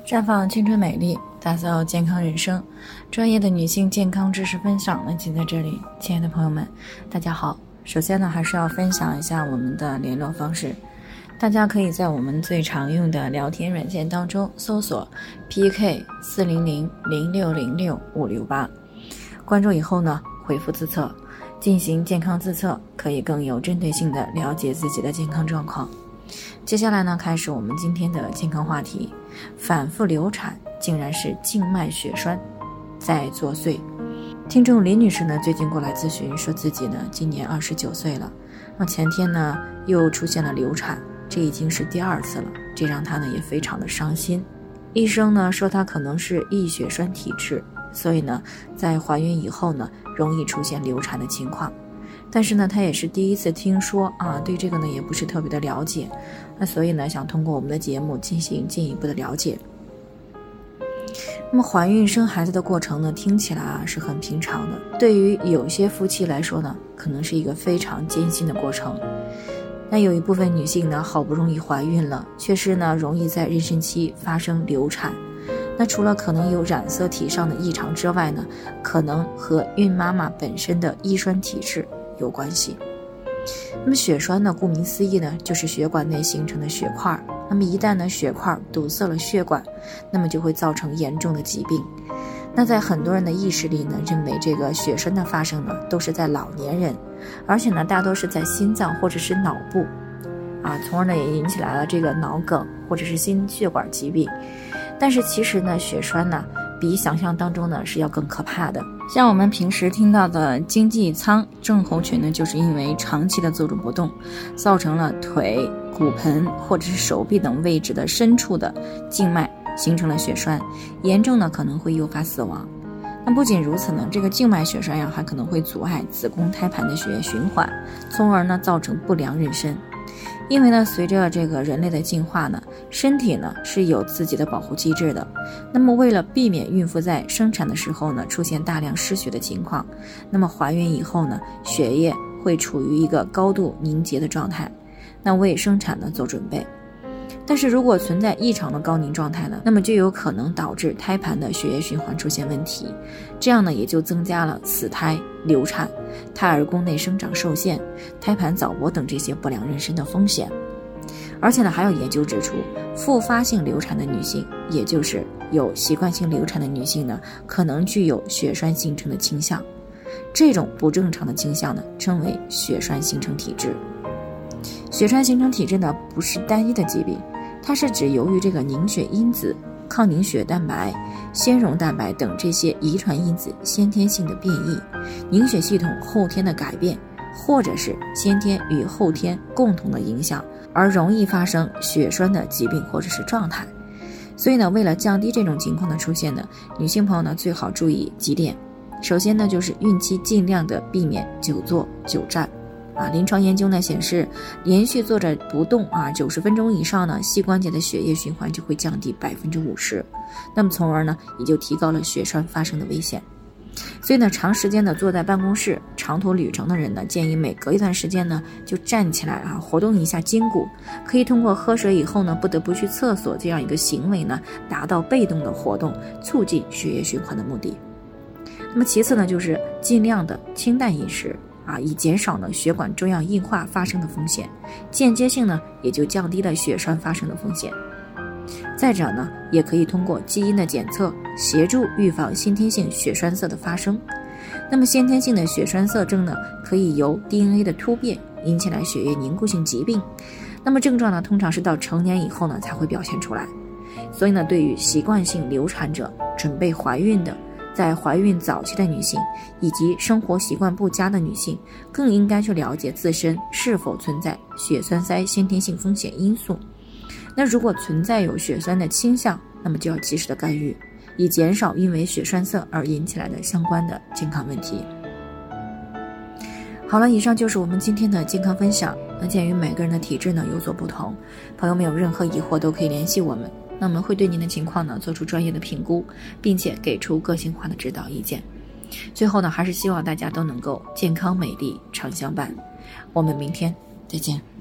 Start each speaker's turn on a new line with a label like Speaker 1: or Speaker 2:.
Speaker 1: 绽放青春美丽，打造健康人生，专业的女性健康知识分享呢就在这里。亲爱的朋友们，大家好。首先呢，还是要分享一下我们的联络方式，大家可以在我们最常用的聊天软件当中搜索 PK4000606-568，关注以后呢，回复自测，进行健康自测，可以更有针对性的了解自己的健康状况。接下来呢，开始我们今天的健康话题。反复流产竟然是静脉血栓在作祟。听众林女士呢，最近过来咨询，说自己呢今年29岁了，那前天呢又出现了流产，这已经是第2次了，这让她呢也非常的伤心。医生呢说她可能是易血栓体质，所以呢在怀孕以后呢容易出现流产的情况。但是呢，她也是第一次听说对这个呢也不是特别的了解，那所以呢想通过我们的节目进行进一步的了解。那么怀孕生孩子的过程呢，听起来是很平常的，对于有些夫妻来说呢，可能是一个非常艰辛的过程。那有一部分女性呢，好不容易怀孕了，却是呢容易在妊娠期发生流产。那除了可能有染色体上的异常之外呢，可能和孕妈妈本身的易栓体质有关系。那么血栓呢，顾名思义呢，就是血管内形成的血块。那么一旦呢血块堵塞了血管，那么就会造成严重的疾病。那在很多人的意识里呢，认为这个血栓的发生呢都是在老年人，而且呢大多是在心脏或者是脑部从而呢也引起来了这个脑梗或者是心血管疾病。但是其实呢，血栓呢比想象当中呢是要更可怕的。像我们平时听到的经济舱症候群呢，就是因为长期的坐着不动，造成了腿、骨盆或者是手臂等位置的深处的静脉形成了血栓，严重呢可能会诱发死亡。那不仅如此呢，这个静脉血栓还可能会阻碍子宫胎盘的血液循环，从而呢造成不良妊娠。因为呢，随着这个人类的进化呢，身体呢是有自己的保护机制的。那么为了避免孕妇在生产的时候呢出现大量失血的情况，那么怀孕以后呢，血液会处于一个高度凝结的状态，那为生产呢做准备。但是如果存在异常的高凝状态呢，那么就有可能导致胎盘的血液循环出现问题，这样呢也就增加了死胎、流产、胎儿宫内生长受限、胎盘早剥等这些不良妊娠的风险。而且呢，还有研究指出，复发性流产的女性，也就是有习惯性流产的女性呢，可能具有血栓形成的倾向。这种不正常的倾向呢，称为血栓形成体质。血栓形成体质呢，不是单一的疾病，它是指由于这个凝血因子、抗凝血蛋白、纤溶蛋白等这些遗传因子先天性的变异，凝血系统后天的改变，或者是先天与后天共同的影响，而容易发生血栓的疾病或者是状态。所以呢，为了降低这种情况的出现呢，女性朋友呢最好注意几点。首先呢，就是孕期尽量的避免久坐久站。临床研究呢显示，连续坐着不动90分钟以上呢，膝关节的血液循环就会降低50%，那么从而呢也就提高了血栓发生的危险。所以呢，长时间的坐在办公室、长途旅程的人呢，建议每隔一段时间呢就站起来活动一下筋骨，可以通过喝水以后呢不得不去厕所这样一个行为呢，达到被动的活动，促进血液循环的目的。那么其次呢，就是尽量的清淡饮食以减少呢血管粥样硬化发生的风险，间接性呢也就降低了血栓发生的风险。再者呢，也可以通过基因的检测协助预防先天性血栓塞的发生。那么先天性的血栓塞症呢，可以由 DNA 的突变引起来血液凝固性疾病，那么症状呢通常是到成年以后呢才会表现出来。所以呢，对于习惯性流产者、准备怀孕的、在怀孕早期的女性以及生活习惯不佳的女性，更应该去了解自身是否存在血栓塞先天性风险因素。那如果存在有血栓的倾向，那么就要及时的干预，以减少因为血栓塞而引起来的相关的健康问题。好了，以上就是我们今天的健康分享。那鉴于每个人的体质呢有所不同，朋友们有任何疑惑都可以联系我们，那我们会对您的情况呢做出专业的评估，并且给出个性化的指导意见。最后呢，还是希望大家都能够健康美丽常相伴。我们明天再见。